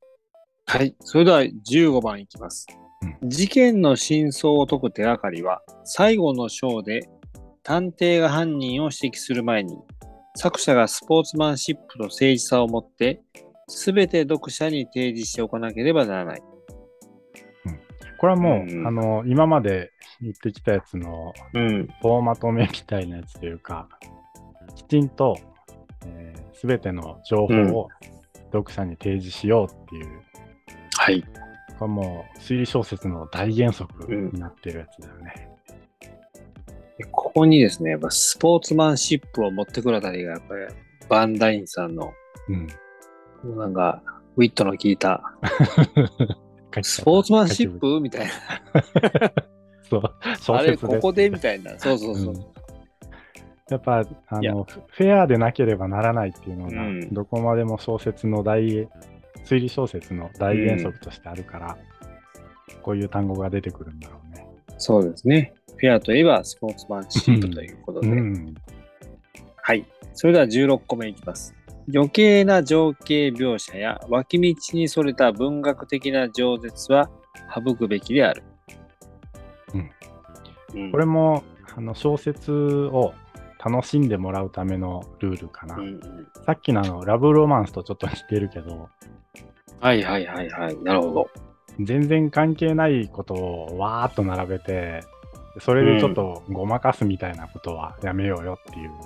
はい。それでは15番いきます。 うん。 事件の真相を解く手がかりは、最後の章で探偵が犯人を指摘する前に、作者がスポーツマンシップと誠実さを持って、すべて読者に提示しておかなければならない。 うん。これはうもう、 ん。 今まで言ってきたやつのうん。 総まとめみたいなやつというか、きちんと、すべての情報うん。 を読者に提示しようっていう、 はい。 これはもう推理小説の大原則うん。 になってるやつだよね。 ここにですね、やっぱスポーツマンシップを持ってくるあたりが、やっぱりバンダインさんの、 うん。 なんか、ウィットの効いた、スポーツマンシップみたいな。 そう、小あれ、 説で。 ここでみたいな。そうそうそう。 やっぱいや、 フェアでなければならないっていうのが、 うん。 どこまでも推理小説の大原則としてあるから、こういう単語が出てくるんだろうね。 そうですね。フェアといえばスポーツマンシップということで。 うん。 はい。それでは16個目いきます。余計な情景描写や脇道にそれた文学的な饒舌は省くべきである。 これも小説を楽しんでもらうためのルールかな。さっきのラブロマンスとちょっと似てるけど、 はいはいはいはい。なるほど。 全然関係ないことをわーっと並べて、それでちょっとごまかすみたいなことはやめようよっていう。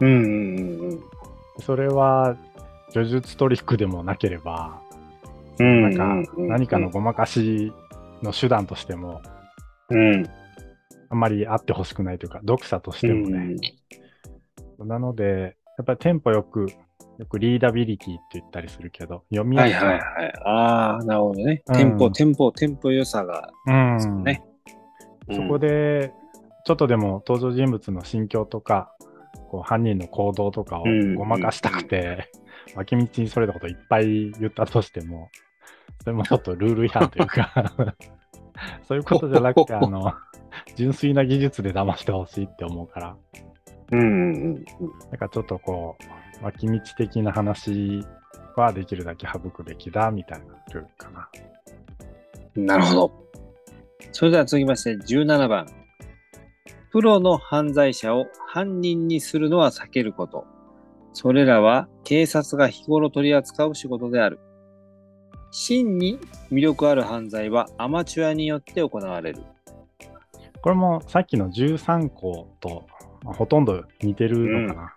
それは叙述トリックでもなければ、何かのごまかしの手段としても、あんまりあってほしくないというか、読者としてもね。なので、やっぱりテンポよくリーダビリティって言ったりするけど、読みやすさ。 はいはいはい。ああ、なるほどね。テンポ良さがですよね。 そこで、ちょっとでも登場人物の心境とか、こう犯人の行動とかをごまかしたくて、脇道にそれたこといっぱい言ったとしても、それもちょっとルール違反というかそういうことじゃなくて、純粋な技術で騙してほしいって思うから。なんかちょっとこう、脇道的な話はできるだけ省くべきだみたいなルールかな。 なるほど。それでは続きまして17番。プロの犯罪者を犯人にするのは避けること。それらは警察が日頃取り扱う仕事である。真に魅力ある犯罪はアマチュアによって行われる。 これもさっきの13項と、ほとんど似てるのかな。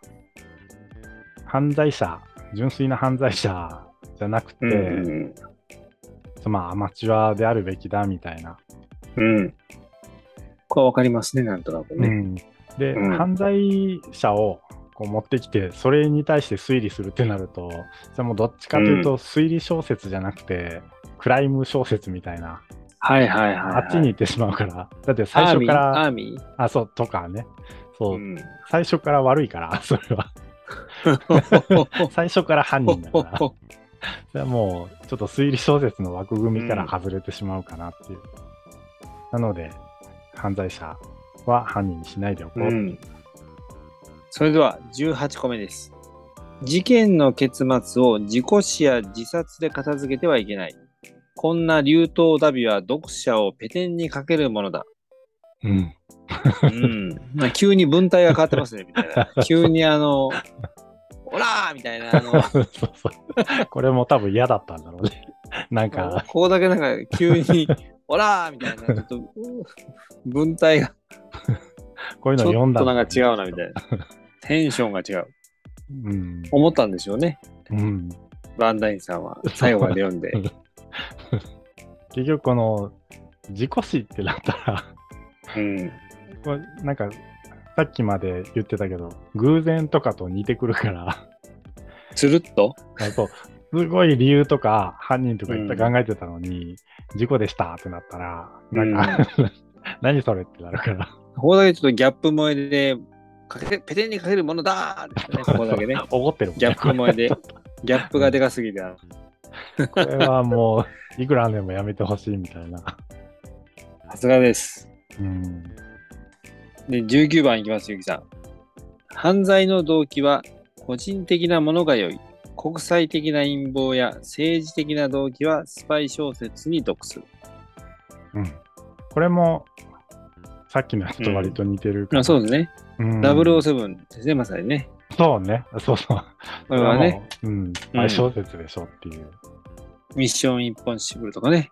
純粋な犯罪者じゃなくて、アマチュアであるべきだみたいな。 これはわかりますね、なんとなくね。 で、犯罪者をこう持ってきて、それに対して推理するってなると、それもどっちかというと推理小説じゃなくて、クライム小説みたいな。あっちに行ってしまうから。だって最初から、そうとかね。そう、最初から悪いから、それは。最初から犯人だから。それはもう、ちょっと推理小説の枠組みから外れてしまうかなっていう。なので、犯罪者は犯人にしないでおこう。 それでは18個目です。事件の結末を事故死や自殺で片付けてはいけない。こんな流頭ダビは読者をペテンにかけるものだ。急に文体が変わってますね、みたいな。急にオラーみたいなこれも多分嫌だったんだろうね。なんか。 ここだけなんか急に、オラーみたいな、ちょっと文体が。 こういうの読んだちょっとなんか違うな、みたいな。テンションが違う。思ったんでしょうね。バンダインさんは最後まで読んで。 結局この事故死ってなったらこれなんかさっきまで言ってたけど偶然とかと似てくるからつるっとすごい理由とか犯人とかいっぱい考えてたのに、事故でしたってなったらなんか、何それってなるから。 ここだけちょっとギャップ萌えでペテンにかけるものだーってね、ここだけね。 怒ってるもんね。 ギャップ萌えで、ギャップがでかすぎて。 これはもう、いくらでもやめてほしいみたいな。 さすがです。で、19番いきます、ゆきさん。犯罪の動機は個人的なものが良い。 国際的な陰謀や政治的な動機はスパイ小説に属する。 うん。これも、さっきのやつと割と似てるかな。 そうですね。007ですね、まさにね。 そうね。そうそう。 これはね。 スパイ小説でしょっていう。 ミッションインポッシブルとかね。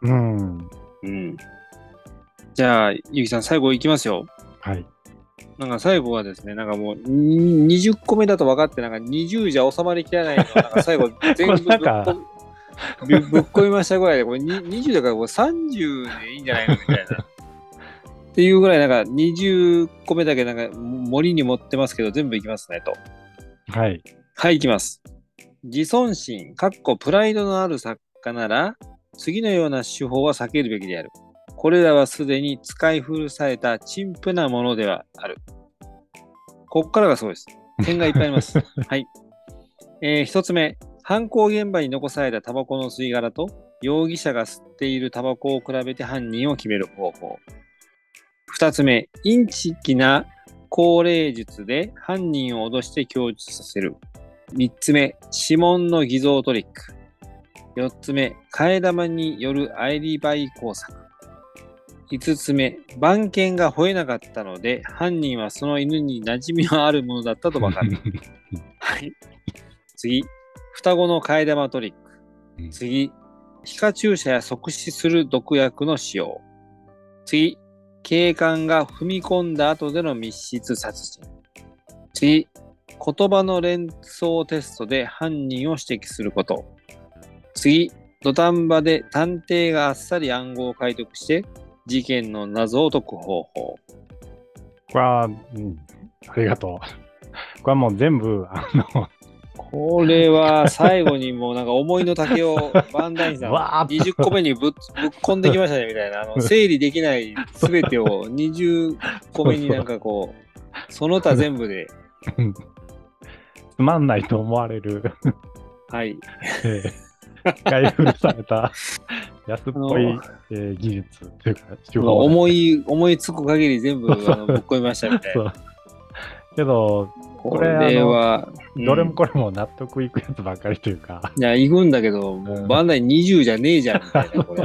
じゃあ、ゆきさん、最後いきますよ。 はい。 なんか最後はですね、なんかもう20個目だと分かって、なんか20じゃ収まりきらないのが、なんか最後全部ぶっ込みましたぐらいで、これ20だからこれ30でいいんじゃないのみたいな。っていうぐらい、なんか20個目だけなんか森に持ってますけど、全部いきますねと。 はい。 はい、いきます。自尊心、プライドのある作家なら、次のような手法は避けるべきである。これらはすでに使い古された陳腐なものではある。ここからがそうです。点がいっぱいあります。はい。一つ目、犯行現場に残されたタバコの吸い殻と容疑者が吸っているタバコを比べて犯人を決める方法。二つ目、インチキな高齢術で犯人を脅して供述させる。三つ目、指紋の偽造トリック。四つ目、替え玉によるアリバイ工作。5つ目、番犬が吠えなかったので、犯人はその犬に馴染みのあるものだったと分かる。はい。次、双子の替え玉トリック。次、皮下注射や即死する毒薬の使用。次、警官が踏み込んだ後での密室殺人。次、言葉の連想テストで犯人を指摘すること。次、土壇場で探偵があっさり暗号を解読して事件の謎を解く方法。 これは、ありがとう。これはもう全部、 これは最後にもうなんか思いの丈をバンダインさん20個目にぶっ込んできましたねみたいな、整理できない全てを20個目になんかこう、その他全部で。 つまんないと思われる。 はい。 使い古された安っぽい、技術というか手法、 思いつく限り全部ぶっ込みましたみたいな。 けどこれはどれもこれも納得いくやつばっかりというか、 いや行くんだけど、もうバンダイ20じゃねえじゃんみたいな、これ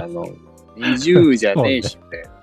20じゃねえしみたいな。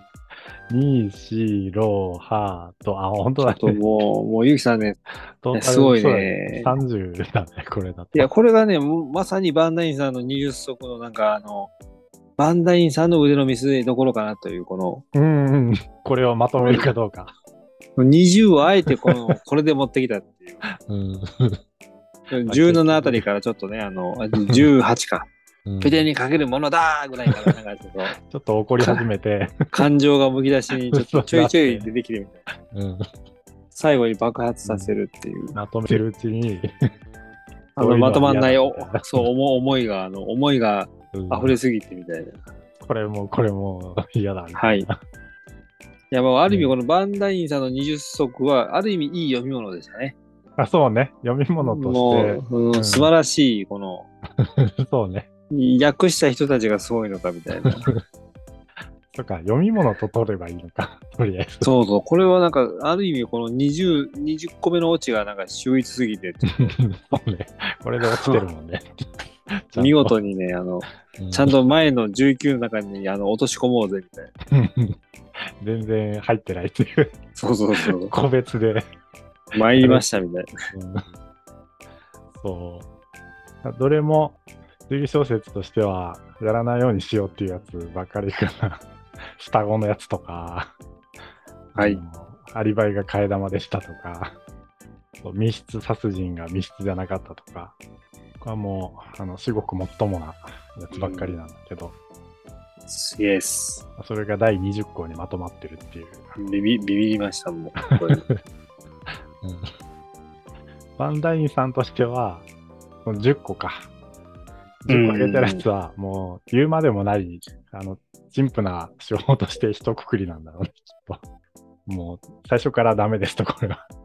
2、4、6、8と、本当だね。 ちょっともうゆきさんね、すごいね。 30だね、これだと。 いや、これがね、まさにバンダインさんの20足のなんかバンダインさんの腕の見せ所かなという、この。 これをまとめるかどうか。 20をあえてこれで持ってきたっていう。17あたりからちょっとね、18か。ペテにかけるものだーぐらいからなんかちょっと怒り始めて。 感情がむき出しにちょいちょい出てきてみたいな。最後に爆発させるっていう。 まとめてるうちに。 まとまんない思いが溢れすぎてみたいな。 これも嫌だね。 はい。いや、ある意味このバンダインさんの20足は、ある意味いい読み物でしたね。 そうね。読み物として。素晴らしい、 そうね。 訳した人たちがすごいのかみたいな。 そっか、読み物と取ればいいのか、とりあえず。 そう、これはなんか、ある意味この20個目のオチがなんか秀逸すぎて。 そうね。これで落ちてるもんね。 見事にね、ちゃんと前の19の中に落とし込もうぜみたいな。 全然入ってないっていう。 そう。 個別で。 参りましたみたいな。 そう。どれも推理小説としてはやらないようにしようっていうやつばっかりかな。双子のやつとか、 はい。 アリバイが替え玉でしたとか、密室殺人が密室じゃなかったとか、これはもう至極もっともなやつばっかりなんだけど、 イエス。 それが第20項にまとまってるっていう。 ビビりましたもん。 バンダインさんとしては、10個か。10個あげてるやつは、もう言うまでもない、陳腐な手法として一括りなんだろうね、きっと。もう最初からダメですと、これは。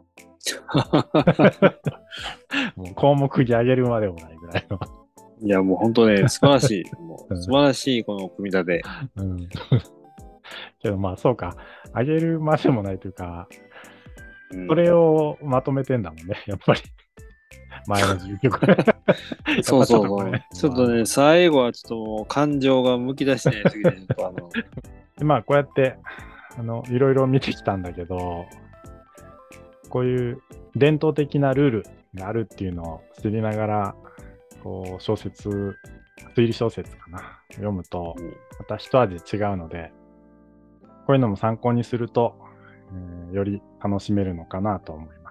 もう項目に上げるまでもないぐらいの。 いや、もう本当ね、素晴らしい。素晴らしい、この組み立て。 けどそうか、上げるまでもないというか、それをまとめてんだもんね、やっぱり。 前の19個。 そうそうそう。 やっぱちょっとね、最後はちょっともう感情がむき出しになりすぎて、ちょっとでまあ、こうやって、いろいろ見てきたんだけど、こういう伝統的なルールがあるっていうのを知りながら、こう、推理小説かな、読むと、また一味違うので、こういうのも参考にすると、より楽しめるのかなと思います。